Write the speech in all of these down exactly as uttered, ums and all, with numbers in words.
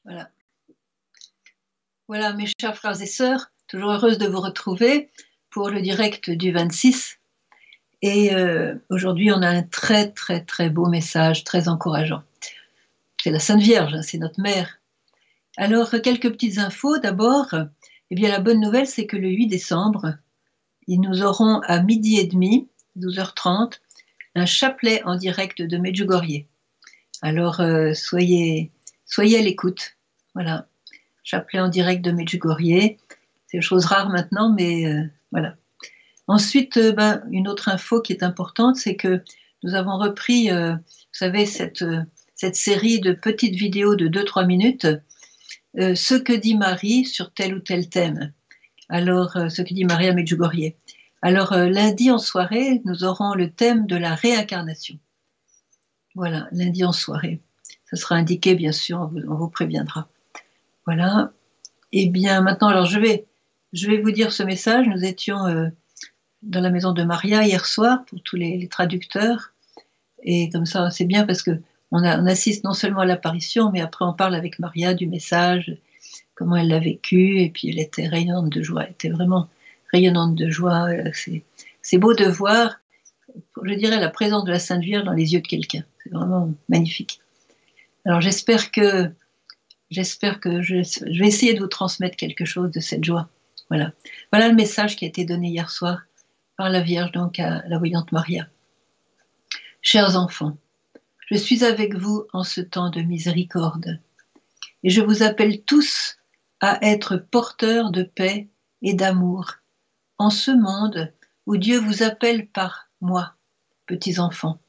Voilà. Voilà, mes chers frères et sœurs, toujours heureuse de vous retrouver pour le direct du vingt-six. Et euh, aujourd'hui, on a un très, très, très beau message, très encourageant. C'est la Sainte Vierge, hein, c'est notre mère. Alors, quelques petites infos. D'abord, eh bien, la bonne nouvelle, c'est que le huit décembre, nous aurons à midi et demi, douze heures trente, un chapelet en direct de Medjugorje. Alors, euh, soyez, soyez à l'écoute. Voilà. Chapelet en direct de Medjugorje. C'est une chose rare maintenant, mais euh, voilà. Ensuite, euh, ben, une autre info qui est importante, c'est que nous avons repris, euh, vous savez, cette, euh, cette série de petites vidéos de deux trois minutes, euh, ce que dit Marie sur tel ou tel thème. Alors, euh, ce que dit Marie à Medjugorje. Alors, euh, lundi en soirée, nous aurons le thème de la réincarnation. Voilà, lundi en soirée. Ça sera indiqué, bien sûr, on vous, on vous préviendra. Voilà. Et bien, maintenant, alors je vais, je vais vous dire ce message. Nous étions euh, dans la maison de Maria hier soir pour tous les, les traducteurs. Et comme ça, c'est bien parce que on, a, on assiste non seulement à l'apparition, mais après on parle avec Maria du message, comment elle l'a vécu, et puis elle était rayonnante de joie. Elle était vraiment rayonnante de joie. C'est, c'est beau de voir, je dirais, la présence de la Sainte Vierge dans les yeux de quelqu'un. C'est vraiment magnifique. Alors j'espère que J'espère que je, je vais essayer de vous transmettre quelque chose de cette joie. Voilà. Voilà le message qui a été donné hier soir par la Vierge, donc à la voyante Maria. Chers enfants, je suis avec vous en ce temps de miséricorde et je vous appelle tous à être porteurs de paix et d'amour en ce monde où Dieu vous appelle par moi, petits enfants,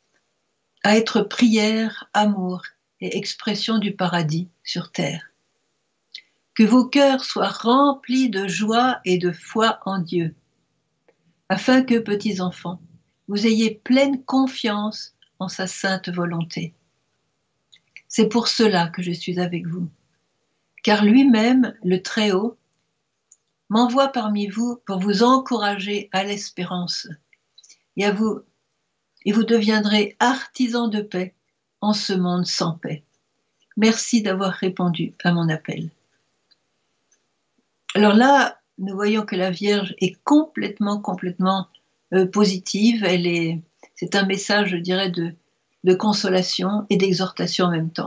à être prière, amour et expression du paradis sur terre. Que vos cœurs soient remplis de joie et de foi en Dieu, afin que, petits enfants, vous ayez pleine confiance en sa sainte volonté. C'est pour cela que je suis avec vous, car lui-même, le Très-Haut, m'envoie parmi vous pour vous encourager à l'espérance, et, à vous, et vous deviendrez artisans de paix en ce monde sans paix. Merci d'avoir répondu à mon appel. Alors là, nous voyons que la Vierge est complètement, complètement euh, positive. Elle est, c'est un message, je dirais, de, de consolation et d'exhortation en même temps.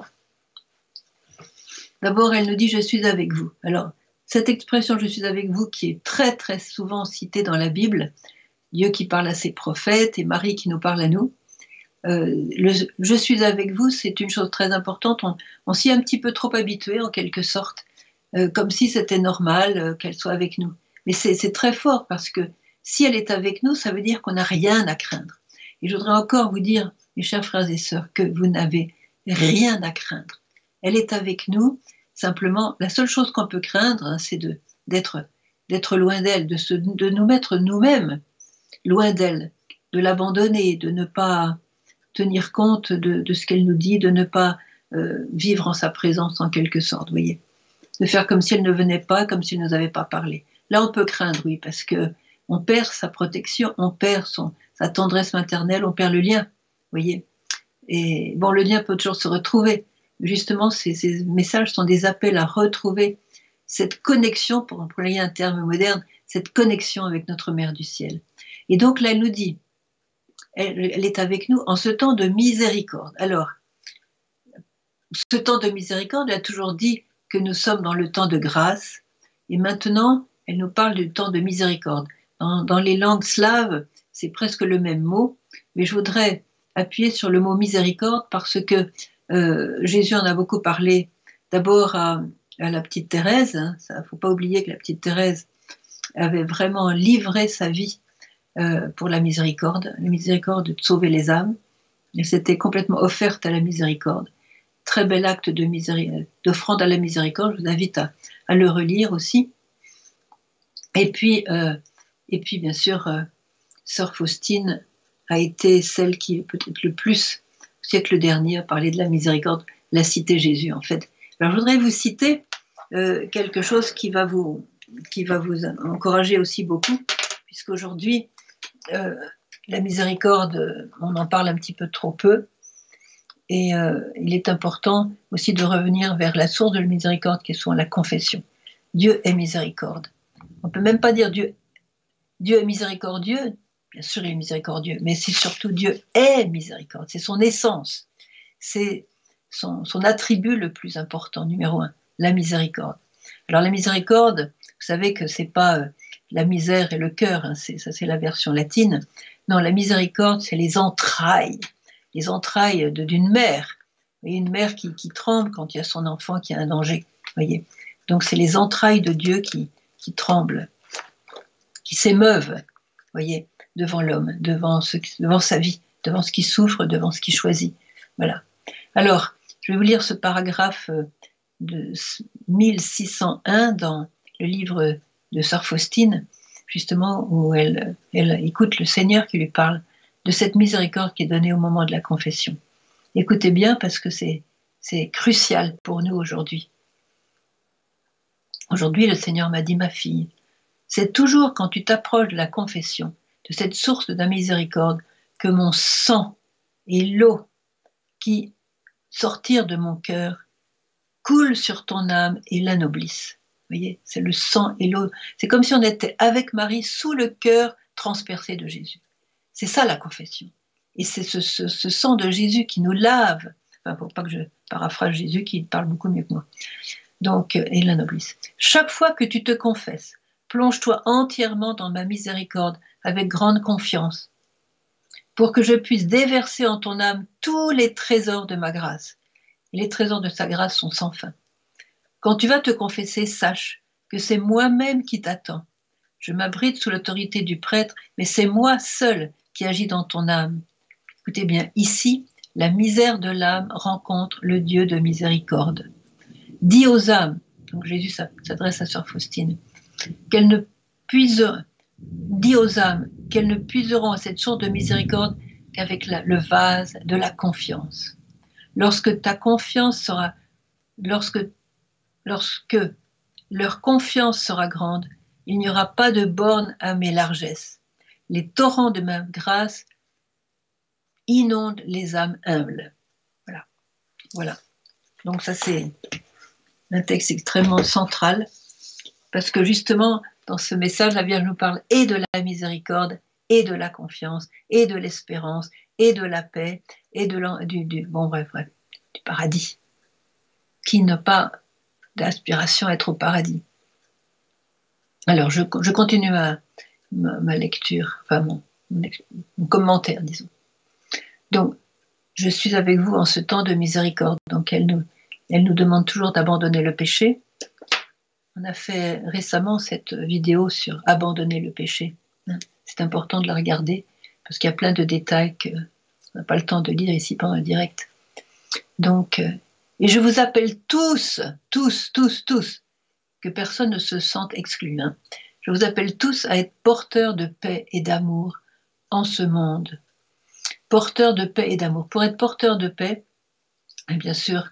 D'abord, elle nous dit « Je suis avec vous ». Alors, cette expression « Je suis avec vous » qui est très, très souvent citée dans la Bible, Dieu qui parle à ses prophètes et Marie qui nous parle à nous, euh, le « Je suis avec vous », c'est une chose très importante. On, on s'y est un petit peu trop habitué, en quelque sorte. Euh, comme si c'était normal euh, qu'elle soit avec nous. Mais c'est, c'est très fort parce que si elle est avec nous, ça veut dire qu'on n'a rien à craindre. Et je voudrais encore vous dire, mes chers frères et sœurs, que vous n'avez rien à craindre. Elle est avec nous. Simplement, la seule chose qu'on peut craindre, hein, c'est de, d'être, d'être loin d'elle, de, se, de nous mettre nous-mêmes loin d'elle, de l'abandonner, de ne pas tenir compte de, de ce qu'elle nous dit, de ne pas euh, vivre en sa présence en quelque sorte, vous voyez. De faire comme si elle ne venait pas, comme si elle ne nous avait pas parlé. Là, on peut craindre, oui, parce que on perd sa protection, on perd son, sa tendresse maternelle, on perd le lien, vous voyez. Et bon, le lien peut toujours se retrouver. Justement, ces, ces messages sont des appels à retrouver cette connexion, pour employer un terme moderne, cette connexion avec notre Mère du ciel. Et donc là, elle nous dit, elle, elle est avec nous en ce temps de miséricorde. Alors, ce temps de miséricorde, elle a toujours dit que nous sommes dans le temps de grâce, et maintenant, elle nous parle du temps de miséricorde. Dans, dans les langues slaves, c'est presque le même mot, mais je voudrais appuyer sur le mot miséricorde parce que euh, Jésus en a beaucoup parlé d'abord à, à la petite Thérèse. Il hein, ne faut pas oublier que la petite Thérèse avait vraiment livré sa vie euh, pour la miséricorde, la miséricorde de sauver les âmes. Elle s'était complètement offerte à la miséricorde. Très bel acte de miséricorde, d'offrande à la miséricorde, je vous invite à, à le relire aussi. Et puis, euh, et puis bien sûr, euh, Sœur Faustine a été celle qui, peut-être le plus, au siècle dernier, a parlé de la miséricorde, l'a cité Jésus en fait. Alors je voudrais vous citer euh, quelque chose qui va vous, qui va vous encourager aussi beaucoup, puisqu'aujourd'hui, euh, la miséricorde, on en parle un petit peu trop peu. Et euh, il est important aussi de revenir vers la source de la miséricorde, qui est souvent la confession. Dieu est miséricorde. On ne peut même pas dire Dieu, Dieu est miséricordieux. Bien sûr, il est miséricordieux, mais c'est surtout Dieu est miséricorde. C'est son essence. C'est son, son attribut le plus important, numéro un, la miséricorde. Alors la miséricorde, vous savez que c'est pas euh, la misère et le cœur, hein, c'est, ça c'est la version latine. Non, la miséricorde, c'est les entrailles, les entrailles de, d'une mère. Et une mère qui, qui tremble quand il y a son enfant qui a un danger. Voyez. Donc c'est les entrailles de Dieu qui, qui tremblent, qui s'émeuvent, voyez, devant l'homme, devant, ce, devant sa vie, devant ce qu'il souffre, devant ce qu'il choisit. Voilà. Alors, je vais vous lire ce paragraphe de mille six cent un dans le livre de Sœur Faustine, justement, où elle, elle écoute le Seigneur qui lui parle de cette miséricorde qui est donnée au moment de la confession. Écoutez bien parce que c'est, c'est crucial pour nous aujourd'hui. Aujourd'hui, le Seigneur m'a dit, ma fille, c'est toujours quand tu t'approches de la confession, de cette source de la miséricorde, que mon sang et l'eau qui sortirent de mon cœur coulent sur ton âme et l'anoblissent. Vous voyez, c'est le sang et l'eau. C'est comme si on était avec Marie sous le cœur transpercé de Jésus. C'est ça la confession. Et c'est ce, ce, ce sang de Jésus qui nous lave. Enfin, pour pas que je paraphrase Jésus qui parle beaucoup mieux que moi. Donc, et l'anoblissent. Chaque fois que tu te confesses, plonge-toi entièrement dans ma miséricorde avec grande confiance, pour que je puisse déverser en ton âme tous les trésors de ma grâce. Et les trésors de sa grâce sont sans fin. Quand tu vas te confesser, sache que c'est moi-même qui t'attends. Je m'abrite sous l'autorité du prêtre, mais c'est moi seul qui agis dans ton âme. Écoutez bien, ici, la misère de l'âme rencontre le Dieu de miséricorde. Dis aux âmes, donc Jésus s'adresse à Sœur Faustine, qu'elles ne puiseront, dis aux âmes qu'elles ne puiseront à cette source de miséricorde qu'avec la, le vase de la confiance. Lorsque ta confiance sera, lorsque, lorsque leur confiance sera grande, il n'y aura pas de borne à mes largesses. Les torrents de ma grâce inondent les âmes humbles. Voilà. Voilà. Donc ça c'est un texte extrêmement central, parce que justement, dans ce message, la Vierge nous parle et de la miséricorde, et de la confiance, et de l'espérance, et de la paix, et de du, du, bon, bref, bref, du paradis. Qui n'a pas d'aspiration à être au paradis? Alors, je, je continue ma, ma, ma lecture, enfin mon, mon commentaire, disons. Donc, je suis avec vous en ce temps de miséricorde. Donc, elle nous, elle nous demande toujours d'abandonner le péché. On a fait récemment cette vidéo sur abandonner le péché. C'est important de la regarder parce qu'il y a plein de détails qu'on n'a pas le temps de lire ici pendant le direct. Donc, et je vous appelle tous, tous, tous, tous, que personne ne se sente exclu. Hein. Je vous appelle tous à être porteurs de paix et d'amour en ce monde. Porteurs de paix et d'amour. Pour être porteur de paix, et bien sûr,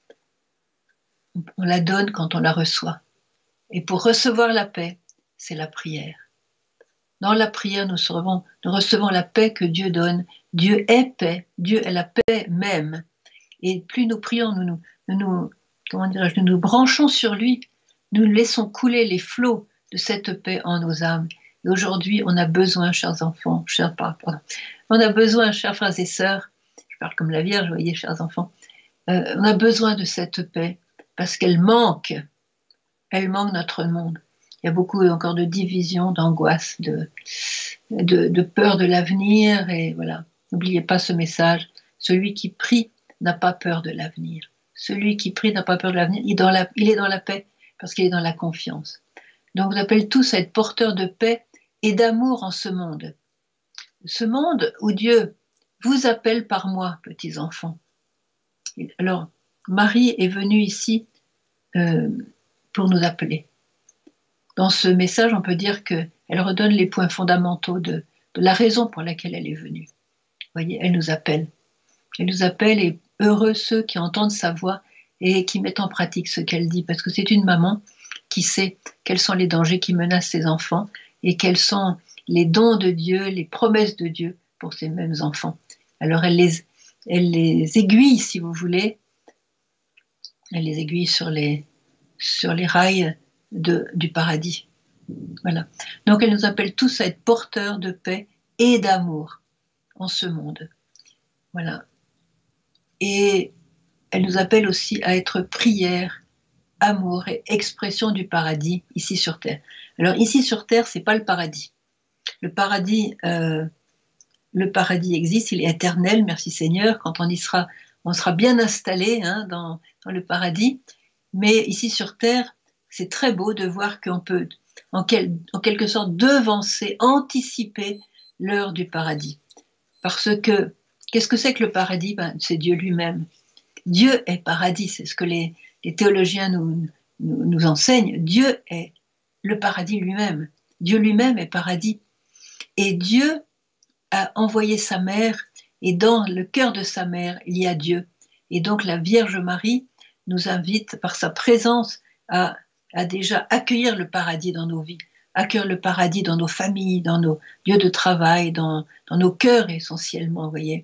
on la donne quand on la reçoit. Et pour recevoir la paix, c'est la prière. Dans la prière, nous recevons, nous recevons la paix que Dieu donne. Dieu est paix, Dieu est la paix même. Et plus nous prions, nous nous, nous, nous, comment dirais-je, nous nous branchons sur lui, nous laissons couler les flots de cette paix en nos âmes. Et aujourd'hui, on a besoin, chers enfants, chers pardon, on a besoin, chers frères et sœurs, je parle comme la Vierge, vous voyez, chers enfants, euh, on a besoin de cette paix parce qu'elle manque, elle manque notre monde. Il y a beaucoup encore de divisions, d'angoisse, de, de, de peur de l'avenir. Et voilà, n'oubliez pas ce message. Celui qui prie n'a pas peur de l'avenir. Celui qui prie n'a pas peur de l'avenir. Il est dans la, il est dans la paix parce qu'il est dans la confiance. Donc, je vous appelle tous à être porteurs de paix et d'amour en ce monde. Ce monde où Dieu vous appelle par moi, petits enfants. Alors, Marie est venue ici euh, pour nous appeler. Dans ce message, on peut dire qu'elle redonne les points fondamentaux de, de la raison pour laquelle elle est venue. Vous voyez, elle nous appelle. Elle nous appelle et heureux ceux qui entendent sa voix et qui mettent en pratique ce qu'elle dit. Parce que c'est une maman qui sait quels sont les dangers qui menacent ses enfants et quels sont les dons de Dieu, les promesses de Dieu pour ces mêmes enfants. Alors elle les, elle les aiguille, si vous voulez, elle les aiguille sur les, sur les rails de, du paradis. Voilà. Donc elle nous appelle tous à être porteurs de paix et d'amour en ce monde. Voilà. Et elle nous appelle aussi à être prière, amour et expression du paradis ici sur terre. Alors ici sur terre, c'est pas le paradis. Le paradis, euh, le paradis existe, il est éternel, merci Seigneur. Quand on y sera, on sera bien installé hein, dans, dans le paradis. Mais ici sur terre, c'est très beau de voir qu'on peut, en, quel, en quelque sorte, devancer, anticiper l'heure du paradis. Parce que, qu'est-ce que c'est que le paradis? Ben, c'est Dieu lui-même. Dieu est paradis, c'est ce que les, les théologiens nous, nous, nous enseignent. Dieu est le paradis lui-même. Dieu lui-même est paradis. Et Dieu a envoyé sa mère, et dans le cœur de sa mère, il y a Dieu. Et donc la Vierge Marie nous invite par sa présence à, à déjà accueillir le paradis dans nos vies, accueillir le paradis dans nos familles, dans nos lieux de travail, dans, dans nos cœurs essentiellement, vous voyez.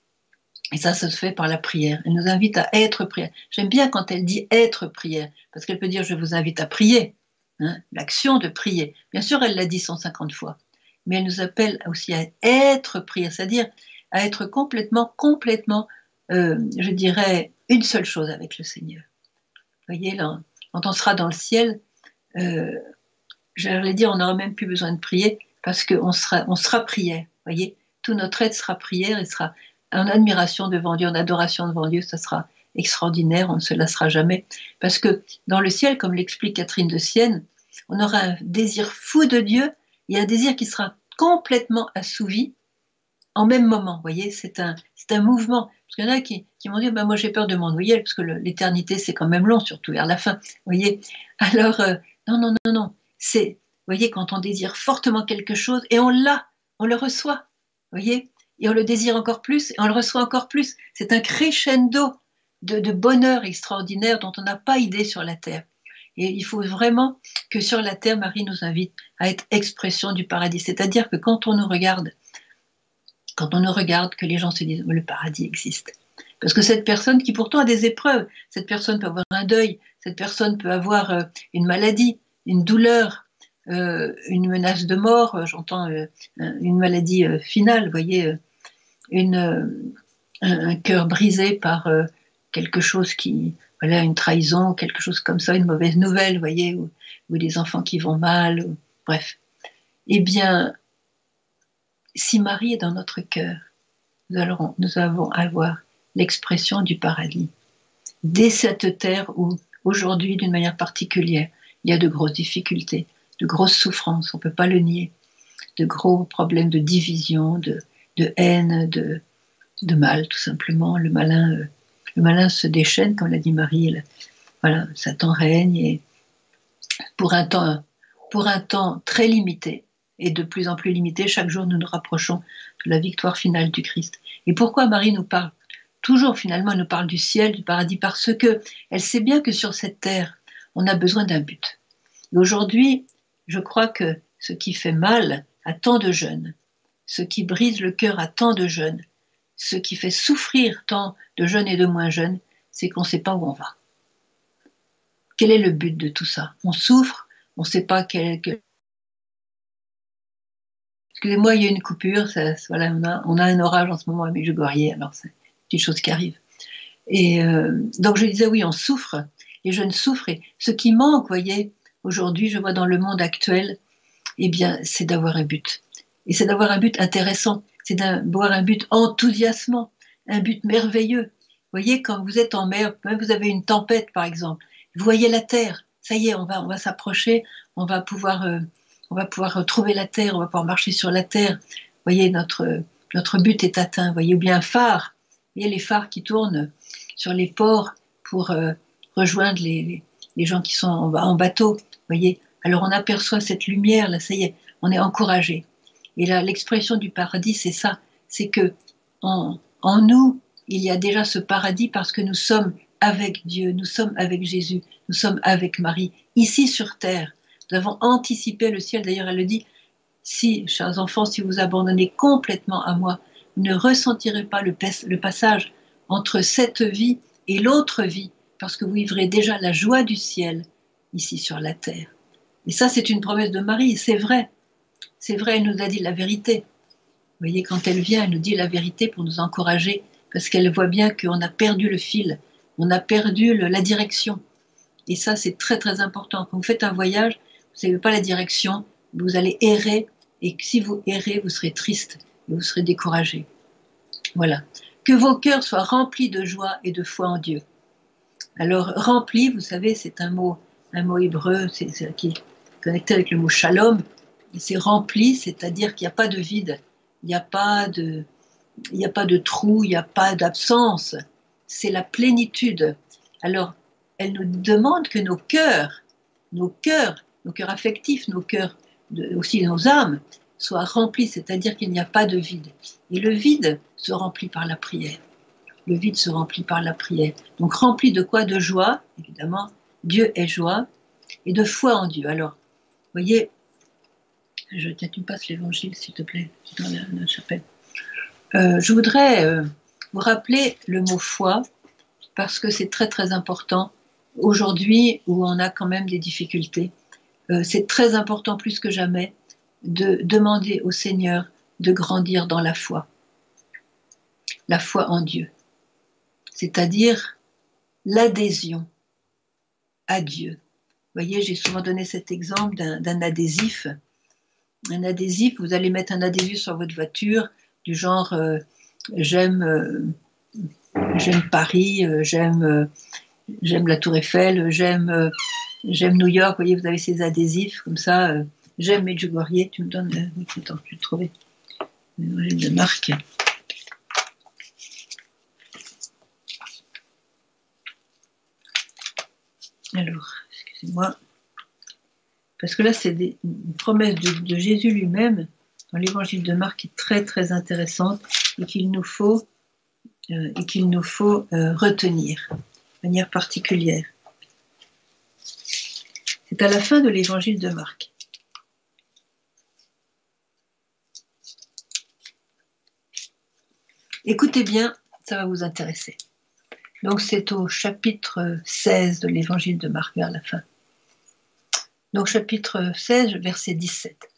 Et ça, ça se fait par la prière. Elle nous invite à être prière. J'aime bien quand elle dit être prière, parce qu'elle peut dire je vous invite à prier, hein, l'action de prier. Bien sûr, elle l'a dit cent cinquante fois, mais elle nous appelle aussi à être prière, c'est-à-dire à être complètement, complètement, euh, je dirais, une seule chose avec le Seigneur. Vous voyez, là, quand on sera dans le ciel, euh, j'allais dire, on n'aura même plus besoin de prier, parce qu'on sera, on sera prière. Vous voyez, tout notre être sera prière, il sera en admiration devant Dieu, en adoration devant Dieu, ça sera extraordinaire, on ne se lassera jamais. Parce que dans le ciel, comme l'explique Catherine de Sienne, on aura un désir fou de Dieu et un désir qui sera complètement assouvi en même moment. Vous voyez, c'est un, c'est un mouvement. Parce qu'il y en a qui, qui m'ont dit, bah, moi j'ai peur de m'ennuyer, parce que le, l'éternité c'est quand même long, surtout vers la fin. Vous voyez, alors, euh, non, non, non, non. C'est, vous voyez, quand on désire fortement quelque chose et on l'a, on le reçoit. Vous voyez, et on le désire encore plus, et on le reçoit encore plus. C'est un crescendo de, de bonheur extraordinaire dont on n'a pas idée sur la terre. Et il faut vraiment que sur la terre, Marie nous invite à être expression du paradis. C'est-à-dire que quand on nous regarde, quand on nous regarde, que les gens se disent, oh, le paradis existe. Parce que cette personne qui pourtant a des épreuves, cette personne peut avoir un deuil, cette personne peut avoir euh, une maladie, une douleur, euh, une menace de mort, euh, j'entends euh, une maladie euh, finale, vous voyez, euh, une, euh, un, un cœur brisé par euh, quelque chose qui, voilà, une trahison, quelque chose comme ça, une mauvaise nouvelle, vous voyez, ou, ou des enfants qui vont mal, ou, bref. Eh bien, si Marie est dans notre cœur, nous allons, nous allons avoir l'expression du paradis. Dès cette terre où, aujourd'hui, d'une manière particulière, il y a de grosses difficultés, de grosses souffrances, on ne peut pas le nier, de gros problèmes de division, de, de haine, de, de mal, tout simplement. Le malin, euh, le malin se déchaîne, comme l'a dit Marie. Le, voilà, Satan règne et pour un temps, pour un temps très limité, et de plus en plus limité, chaque jour nous nous rapprochons de la victoire finale du Christ. Et pourquoi Marie nous parle toujours, finalement, elle nous parle du ciel, du paradis, parce que elle sait bien que sur cette terre, on a besoin d'un but. Et aujourd'hui, je crois que ce qui fait mal à tant de jeunes, ce qui brise le cœur à tant de jeunes, ce qui fait souffrir tant de jeunes et de moins jeunes, c'est qu'on ne sait pas où on va. Quel est le but de tout ça? On souffre, on ne sait pas quel, quel... Excusez-moi, il y a une coupure, ça, voilà, on, a, on a un orage en ce moment à Medjugorje, alors c'est une chose qui arrive. Et euh, donc je disais, oui, on souffre, les jeunes souffrent, et ce qui manque, vous voyez, aujourd'hui, je vois dans le monde actuel, eh bien, c'est d'avoir un but. Et c'est d'avoir un but intéressant, c'est d'avoir un but enthousiasmant, un but merveilleux. Vous voyez, quand vous êtes en mer, vous avez une tempête, par exemple, vous voyez la terre, ça y est, on va, on va s'approcher, on va pouvoir, euh, on va pouvoir retrouver la terre, on va pouvoir marcher sur la terre. Vous voyez, notre, notre but est atteint. Vous voyez, ou bien un phare, vous voyez les phares qui tournent sur les ports pour euh, rejoindre les, les, les gens qui sont en, en bateau. Vous voyez, alors on aperçoit cette lumière, là, ça y est, on est encouragé. Et là, l'expression du paradis, c'est ça, c'est que en, en nous, il y a déjà ce paradis parce que nous sommes avec Dieu, nous sommes avec Jésus, nous sommes avec Marie, ici sur terre. Nous avons anticipé le ciel, d'ailleurs elle le dit, si, chers enfants, si vous abandonnez complètement à moi, vous ne ressentirez pas le, le passage entre cette vie et l'autre vie, parce que vous vivrez déjà la joie du ciel ici sur la terre. Et ça, c'est une promesse de Marie, c'est vrai. C'est vrai, elle nous a dit la vérité. Vous voyez, quand elle vient, elle nous dit la vérité pour nous encourager, parce qu'elle voit bien qu'on a perdu le fil, on a perdu le, la direction. Et ça, c'est très très important. Quand vous faites un voyage, vous ne savez pas la direction, vous allez errer, et si vous errez, vous serez triste, et vous serez découragé. Voilà. Que vos cœurs soient remplis de joie et de foi en Dieu. Alors, rempli, vous savez, c'est un mot, un mot hébreu c'est, c'est, qui est connecté avec le mot shalom. C'est rempli, c'est-à-dire qu'il n'y a pas de vide, il n'y a pas de, il n'y a pas de trou, il n'y a pas d'absence. C'est la plénitude. Alors, elle nous demande que nos cœurs, nos cœurs, nos cœurs affectifs, nos cœurs, de, aussi nos âmes, soient remplis, c'est-à-dire qu'il n'y a pas de vide. Et le vide se remplit par la prière. Le vide se remplit par la prière. Donc rempli de quoi? De joie, évidemment. Dieu est joie. Et de foi en Dieu. Alors, vous voyez, je, tu passes l'évangile, s'il te plaît, dans la, la chapelle. Euh, je voudrais euh, vous rappeler le mot foi, parce que c'est très très important. Aujourd'hui, où on a quand même des difficultés, euh, c'est très important plus que jamais de demander au Seigneur de grandir dans la foi. La foi en Dieu. C'est-à-dire l'adhésion à Dieu. Vous voyez, j'ai souvent donné cet exemple d'un, d'un adhésif. Un adhésif, vous allez mettre un adhésif sur votre voiture, du genre euh, j'aime, euh, j'aime Paris, euh, j'aime, euh, j'aime la Tour Eiffel, j'aime, euh, j'aime New York. Vous voyez, vous avez ces adhésifs comme ça. Euh, j'aime Medjugorje. Tu me donnes. Euh, attends, je vais le trouver. L'évangile de Marc. Alors, excusez-moi. Parce que là, c'est des, une promesse de, de Jésus lui-même dans l'évangile de Marc qui est très très intéressante et qu'il nous faut, euh, et qu'il nous faut euh, retenir de manière particulière. C'est à la fin de l'évangile de Marc. Écoutez bien, ça va vous intéresser. Donc c'est au chapitre seize de l'évangile de Marc vers la fin. Donc chapitre seize, verset dix-sept.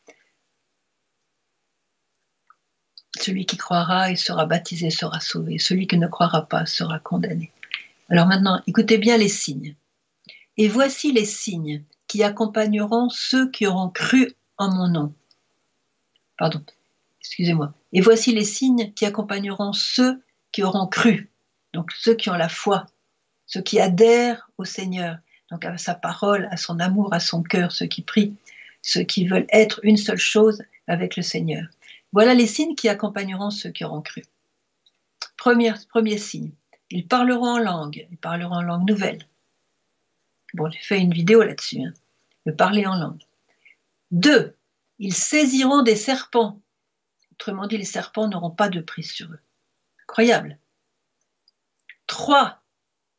Celui qui croira et sera baptisé sera sauvé. Celui qui ne croira pas sera condamné. Alors maintenant, écoutez bien les signes. Et voici les signes qui accompagneront ceux qui auront cru en mon nom. Pardon, excusez-moi. Et voici les signes qui accompagneront ceux qui auront cru. Donc ceux qui ont la foi, ceux qui adhèrent au Seigneur, donc à sa parole, à son amour, à son cœur, ceux qui prient, ceux qui veulent être une seule chose avec le Seigneur. Voilà les signes qui accompagneront ceux qui auront cru. Premier, premier signe, ils parleront en langue, ils parleront en langue nouvelle. Bon, j'ai fait une vidéo là-dessus, hein, de parler en langue. Deux, ils saisiront des serpents. Autrement dit, les serpents n'auront pas de prise sur eux. Incroyable. Trois,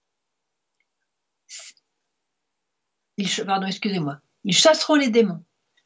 ils, pardon, excusez-moi, ils chasseront les démons.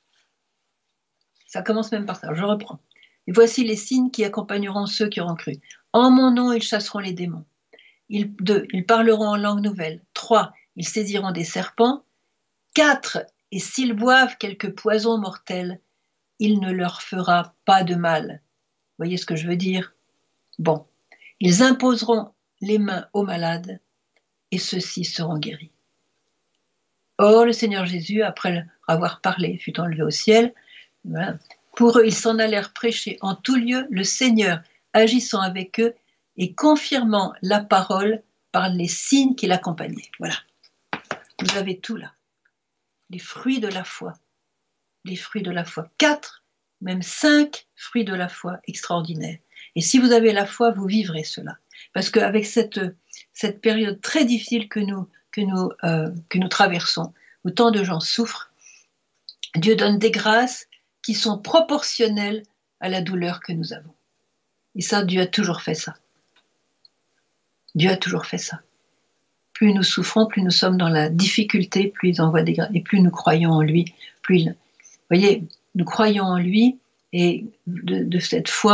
Ça commence même par ça, je reprends. Et voici les signes qui accompagneront ceux qui auront cru. En mon nom, ils chasseront les démons. Ils, deux, ils parleront en langue nouvelle. Trois, ils saisiront des serpents. Quatre, et s'ils boivent quelque poison mortel, il ne leur fera pas de mal. Vous voyez ce que je veux dire? Bon, ils imposeront les mains aux malades et ceux-ci seront guéris. Or, le Seigneur Jésus, après avoir parlé, fut enlevé au ciel. Voilà. Pour eux, ils s'en allèrent prêcher en tout lieu, le Seigneur agissant avec eux et confirmant la parole par les signes qui l'accompagnaient. Voilà. Vous avez tout là. Les fruits de la foi. Les fruits de la foi. Quatre, même cinq fruits de la foi extraordinaires. Et si vous avez la foi, vous vivrez cela. Parce qu'avec cette, cette période très difficile que nous, que, nous, euh, que nous traversons, où tant de gens souffrent, Dieu donne des grâces qui sont proportionnelles à la douleur que nous avons. Et ça, Dieu a toujours fait ça. Dieu a toujours fait ça. Plus nous souffrons, plus nous sommes dans la difficulté, plus il envoie des grâces. Et plus nous croyons en lui, plus il... Vous voyez, nous croyons en lui, et de, de cette foi,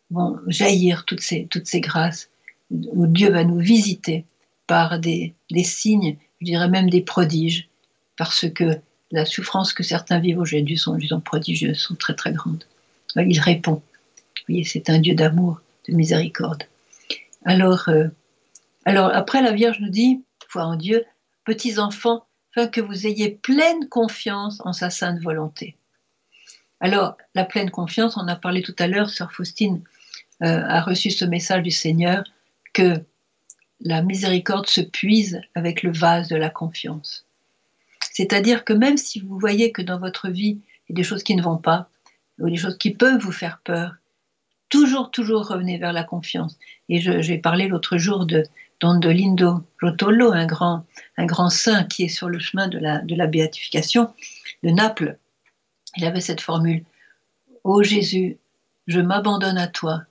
vont jaillir toutes ces, toutes ces grâces, où Dieu va nous visiter par des, des signes, je dirais même des prodiges, parce que la souffrance que certains vivent aujourd'hui sont, disons, prodigieuses, sont très très grandes. Il répond. Vous voyez, c'est un Dieu d'amour, de miséricorde. Alors, euh, alors après, la Vierge nous dit, foi en Dieu, petits enfants, afin que vous ayez pleine confiance en sa sainte volonté. Alors, la pleine confiance, on en a parlé tout à l'heure, sœur Faustine euh, a reçu ce message du Seigneur que la miséricorde se puise avec le vase de la confiance. C'est-à-dire que même si vous voyez que dans votre vie, il y a des choses qui ne vont pas, ou des choses qui peuvent vous faire peur, toujours, toujours revenez vers la confiance. Et je, j'ai parlé l'autre jour de Don Dolindo Rotolo, un grand, un grand saint qui est sur le chemin de la, de la béatification de Naples. Il avait cette formule: ô Jésus, je m'abandonne à toi,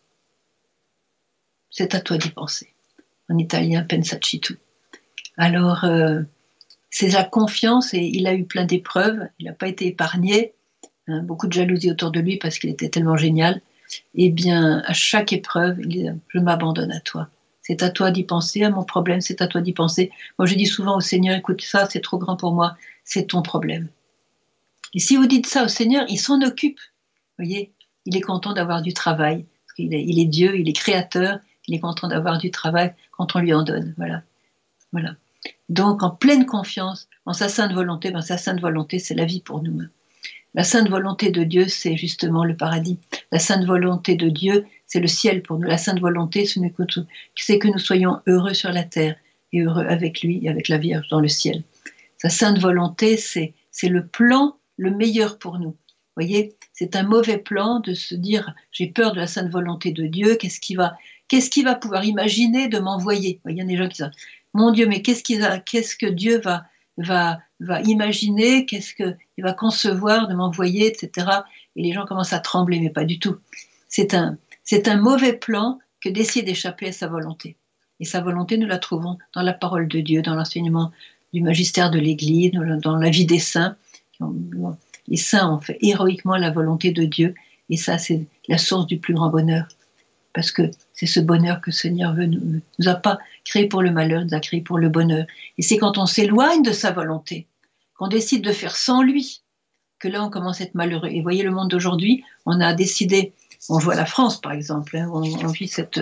c'est à toi d'y penser. En italien, pensaci tu. Alors, euh, c'est la confiance, et il a eu plein d'épreuves, il n'a pas été épargné, hein, beaucoup de jalousie autour de lui parce qu'il était tellement génial. Eh bien, à chaque épreuve, il dit, je m'abandonne à toi. C'est à toi d'y penser, à mon problème, c'est à toi d'y penser. Moi, je dis souvent au Seigneur, écoute, ça, c'est trop grand pour moi, c'est ton problème. Et si vous dites ça au Seigneur, il s'en occupe. Vous voyez, il est content d'avoir du travail. Parce qu'il est, il est Dieu, il est créateur, il est content d'avoir du travail quand on lui en donne. Voilà. Voilà. Donc, en pleine confiance en sa sainte volonté, ben, sa sainte volonté, c'est la vie pour nous. La sainte volonté de Dieu, c'est justement le paradis. La sainte volonté de Dieu, c'est le ciel pour nous. La sainte volonté, c'est que nous soyons heureux sur la terre et heureux avec lui et avec la Vierge dans le ciel. Sa sainte volonté, c'est, c'est le plan le meilleur pour nous. Vous voyez, c'est un mauvais plan de se dire j'ai peur de la sainte volonté de Dieu, qu'est-ce qu'il va, qu'est-ce qu'il va pouvoir imaginer de m'envoyer. Il y a des gens qui disent mon Dieu, mais qu'est-ce, qu'il a, qu'est-ce que Dieu va, va, va imaginer, qu'est-ce qu'il va concevoir de m'envoyer, et cetera. Et les gens commencent à trembler, mais pas du tout. C'est un, c'est un mauvais plan que d'essayer d'échapper à sa volonté. Et sa volonté, nous la trouvons dans la parole de Dieu, dans l'enseignement du magistère de l'Église, dans la vie des saints. Les saints ont fait héroïquement la volonté de Dieu, et ça, c'est la source du plus grand bonheur. Parce que c'est ce bonheur que le Seigneur veut, nous, nous a pas créé pour le malheur, nous a créé pour le bonheur. Et c'est quand on s'éloigne de sa volonté, qu'on décide de faire sans lui, que là on commence à être malheureux. Et voyez le monde d'aujourd'hui, on a décidé, on voit la France par exemple, hein, on, on vit cette,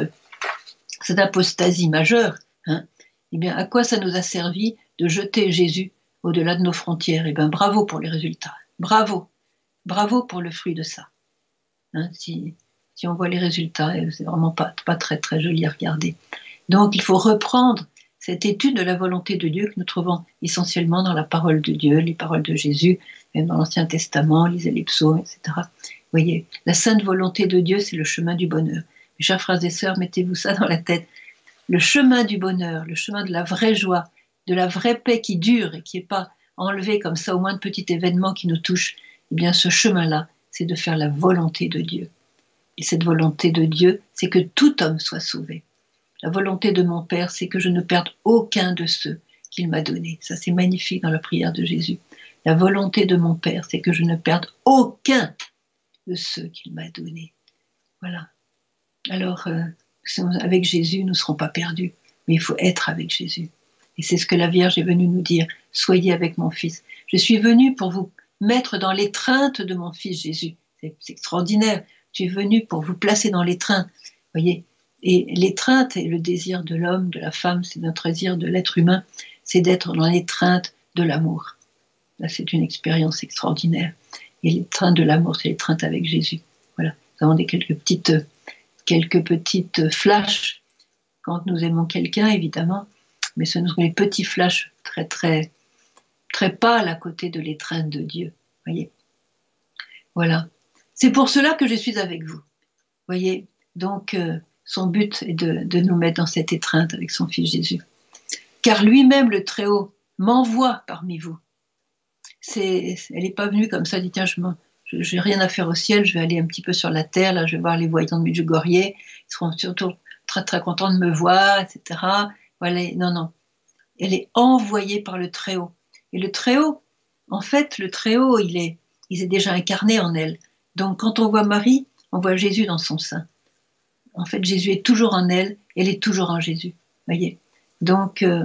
cette apostasie majeure. Hein, eh bien, à quoi ça nous a servi de jeter Jésus au-delà de nos frontières? Eh bien, bravo pour les résultats. Bravo. Bravo pour le fruit de ça. Hein, si... Si on voit les résultats, c'est vraiment pas, pas très très joli à regarder. Donc il faut reprendre cette étude de la volonté de Dieu que nous trouvons essentiellement dans la parole de Dieu, les paroles de Jésus, même dans l'Ancien Testament, lisez les psaumes, et cetera. Vous voyez, la sainte volonté de Dieu, c'est le chemin du bonheur. Mes chers frères et sœurs, mettez-vous ça dans la tête. Le chemin du bonheur, le chemin de la vraie joie, de la vraie paix qui dure et qui n'est pas enlevée comme ça au moins de petits événements qui nous touchent, eh bien ce chemin-là, c'est de faire la volonté de Dieu. Et cette volonté de Dieu, c'est que tout homme soit sauvé. La volonté de mon Père, c'est que je ne perde aucun de ceux qu'il m'a donnés. Ça, c'est magnifique dans la prière de Jésus. La volonté de mon Père, c'est que je ne perde aucun de ceux qu'il m'a donnés. Voilà. Alors, euh, avec Jésus, nous ne serons pas perdus, mais il faut être avec Jésus. Et c'est ce que la Vierge est venue nous dire. Soyez avec mon Fils. Je suis venue pour vous mettre dans l'étreinte de mon Fils Jésus. C'est, c'est extraordinaire. Tu es venu pour vous placer dans l'étreinte. Voyez, et l'étreinte est le désir de l'homme, de la femme, c'est notre désir de l'être humain, c'est d'être dans l'étreinte de l'amour. Là, c'est une expérience extraordinaire. Et l'étreinte de l'amour, c'est l'étreinte avec Jésus. Voilà. Nous avons des quelques petites, quelques petites flashs quand nous aimons quelqu'un, évidemment, mais ce sont les petits flashs très, très, très pâles à côté de l'étreinte de Dieu. Voyez. Voilà. C'est pour cela que je suis avec vous. Voyez, donc euh, son but est de, de nous mettre dans cette étreinte avec son Fils Jésus. Car lui-même, le Très-Haut, m'envoie parmi vous. C'est, elle n'est pas venue comme ça, dit tiens, je n'ai rien à faire au ciel, je vais aller un petit peu sur la terre, là je vais voir les voyants de Medjugorje, ils seront surtout très très contents de me voir, et cetera. Voilà, non, non. Elle est envoyée par le Très-Haut. Et le Très-Haut, en fait, le Très-Haut, il est, il est déjà incarné en elle. Donc quand on voit Marie, on voit Jésus dans son sein. En fait, Jésus est toujours en elle, elle est toujours en Jésus. Voyez. Donc, euh,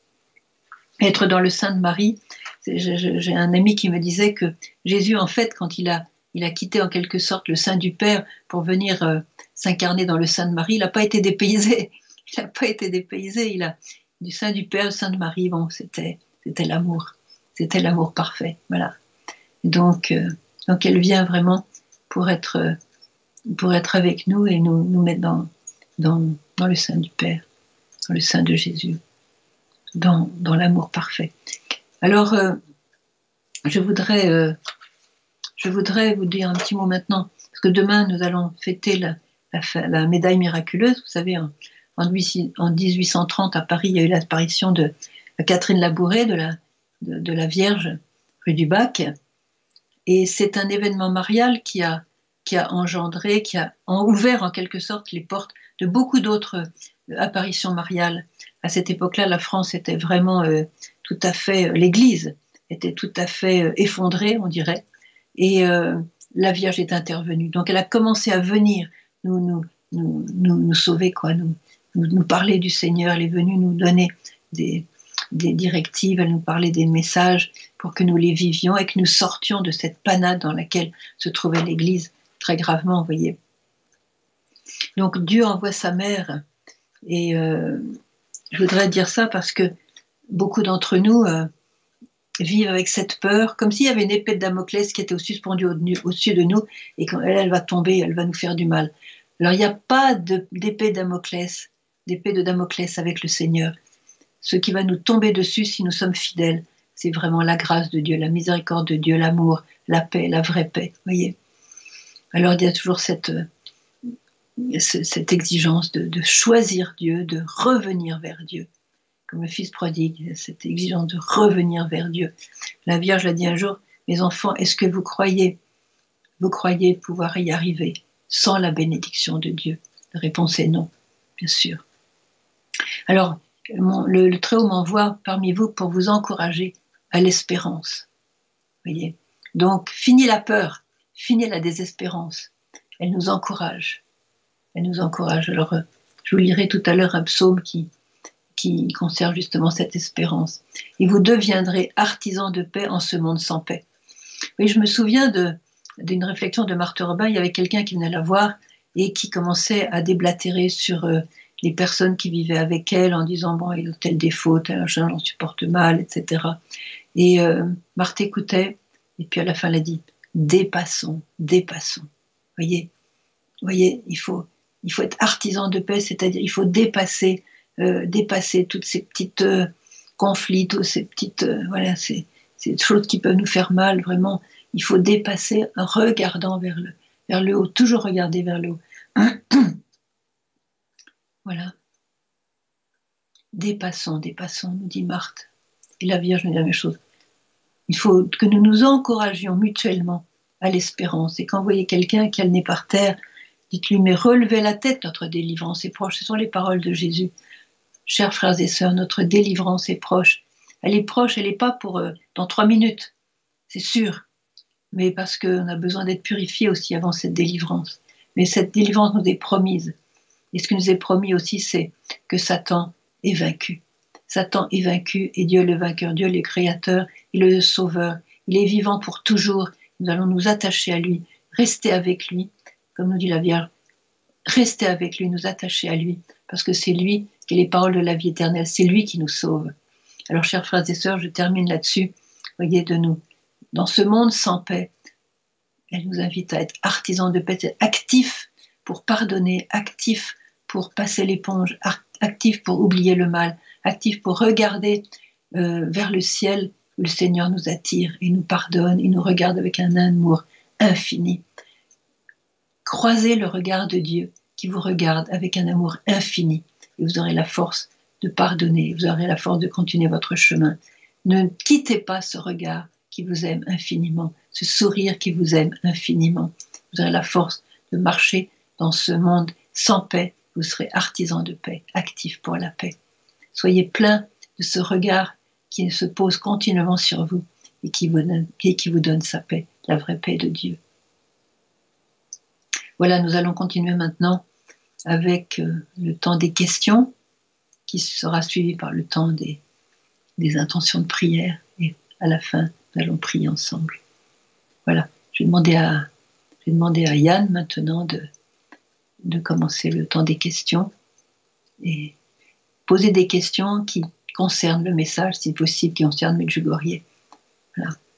être dans le sein de Marie, j'ai un ami qui me disait que Jésus, en fait, quand il a, il a quitté en quelque sorte le sein du Père pour venir euh, s'incarner dans le sein de Marie, il n'a pas été dépaysé. Il n'a pas été dépaysé. Il a du sein du Père au sein de Marie. Bon, c'était, c'était l'amour, c'était l'amour parfait. Voilà. Donc, euh, donc, elle vient vraiment pour être, euh, pour être avec nous et nous, nous mettre dans, dans, dans le sein du Père, dans le sein de Jésus, dans, dans l'amour parfait. Alors, euh, je voudrais, euh, je voudrais vous dire un petit mot maintenant, parce que demain, nous allons fêter la, la, la médaille miraculeuse. Vous savez, en, en dix-huit cent trente, à Paris, il y a eu l'apparition de Catherine Labouré, de la, de, de la Vierge, rue du Bac. Et c'est un événement marial qui a, qui a engendré, qui a ouvert en quelque sorte les portes de beaucoup d'autres apparitions mariales. À cette époque-là, la France était vraiment euh, tout à fait, l'Église était tout à fait euh, effondrée, on dirait, et euh, la Vierge est intervenue. Donc elle a commencé à venir nous, nous, nous, nous, nous sauver, quoi, nous, nous, nous parler du Seigneur. Elle est venue nous donner des, des directives, elle nous parlait des messages pour que nous les vivions et que nous sortions de cette panade dans laquelle se trouvait l'Église, très gravement, vous voyez. Donc Dieu envoie sa mère, et euh, je voudrais dire ça parce que beaucoup d'entre nous euh, vivent avec cette peur, comme s'il y avait une épée de Damoclès qui était suspendue au-dessus de nous, et quand elle, elle va tomber, elle va nous faire du mal. Alors il n'y a pas d'épée de Damoclès, d'épée de Damoclès avec le Seigneur. Ce qui va nous tomber dessus si nous sommes fidèles, c'est vraiment la grâce de Dieu, la miséricorde de Dieu, l'amour, la paix, la vraie paix, voyez. Alors il y a toujours cette, cette exigence de, de choisir Dieu, de revenir vers Dieu. Comme le fils prodigue, cette exigence de revenir vers Dieu. La Vierge l'a dit un jour, mes enfants, est-ce que vous croyez, vous croyez pouvoir y arriver sans la bénédiction de Dieu? La réponse est non, bien sûr. Alors, mon, le, le Très-Haut m'envoie parmi vous pour vous encourager à l'espérance. Voyez. Donc, fini la peur, fini la désespérance. Elle nous encourage. Elle nous encourage. Alors, je vous lirai tout à l'heure un psaume qui, qui conserve justement cette espérance. Et vous deviendrez artisans de paix en ce monde sans paix. Oui, je me souviens de, d'une réflexion de Marthe Robin. Il y avait quelqu'un qui venait la voir et qui commençait à déblatérer sur euh, les personnes qui vivaient avec elle en disant, bon, il a tel défaut, tel genre, on supporte mal, et cetera. Et euh, Marthe écoutait, et puis à la fin, elle a dit, dépassons, dépassons. Voyez, voyez, il faut, il faut être artisan de paix, c'est-à-dire il faut dépasser, euh, dépasser toutes ces petites euh, conflits, toutes ces petites, euh, voilà, ces, ces choses qui peuvent nous faire mal, vraiment. Il faut dépasser en regardant vers le, vers le haut, toujours regarder vers le haut. Voilà. Dépassons, dépassons, nous dit Marthe. Et la Vierge nous dit la même chose. Il faut que nous nous encouragions mutuellement à l'espérance. Et quand vous voyez quelqu'un qui a le nez par terre, dites-lui, mais relevez la tête, notre délivrance est proche. Ce sont les paroles de Jésus. Chers frères et sœurs, notre délivrance est proche. Elle est proche, elle n'est pas pour euh, dans trois minutes, c'est sûr. Mais parce qu'on a besoin d'être purifié aussi avant cette délivrance. Mais cette délivrance nous est promise. Et ce qui nous est promis aussi, c'est que Satan est vaincu. Satan est vaincu et Dieu est le vainqueur. Dieu est le créateur, il est le sauveur. Il est vivant pour toujours. Nous allons nous attacher à lui, rester avec lui, comme nous dit la Vierge. Rester avec lui, nous attacher à lui, parce que c'est lui qui est les paroles de la vie éternelle. C'est lui qui nous sauve. Alors, chers frères et sœurs, je termine là-dessus. Voyez, de nous, dans ce monde sans paix, elle nous invite à être artisans de paix, actifs pour pardonner, actifs pour passer l'éponge, actifs pour oublier le mal, actifs pour regarder euh, vers le ciel où le Seigneur nous attire, il nous pardonne, il nous regarde avec un amour infini. Croisez le regard de Dieu qui vous regarde avec un amour infini et vous aurez la force de pardonner, vous aurez la force de continuer votre chemin. Ne quittez pas ce regard qui vous aime infiniment, ce sourire qui vous aime infiniment. Vous aurez la force de marcher dans ce monde sans paix. Vous serez artisans de paix, actifs pour la paix. Soyez pleins de ce regard qui se pose continuellement sur vous et qui vous donne, et qui vous donne sa paix, la vraie paix de Dieu. Voilà, nous allons continuer maintenant avec euh, le temps des questions, qui sera suivi par le temps des, des intentions de prière. Et à la fin, nous allons prier ensemble. Voilà. Je vais demander à, je vais demander à Yann maintenant de, de commencer le temps des questions et poser des questions qui concernent le message, si possible, qui concernent Medjugorje. Voilà.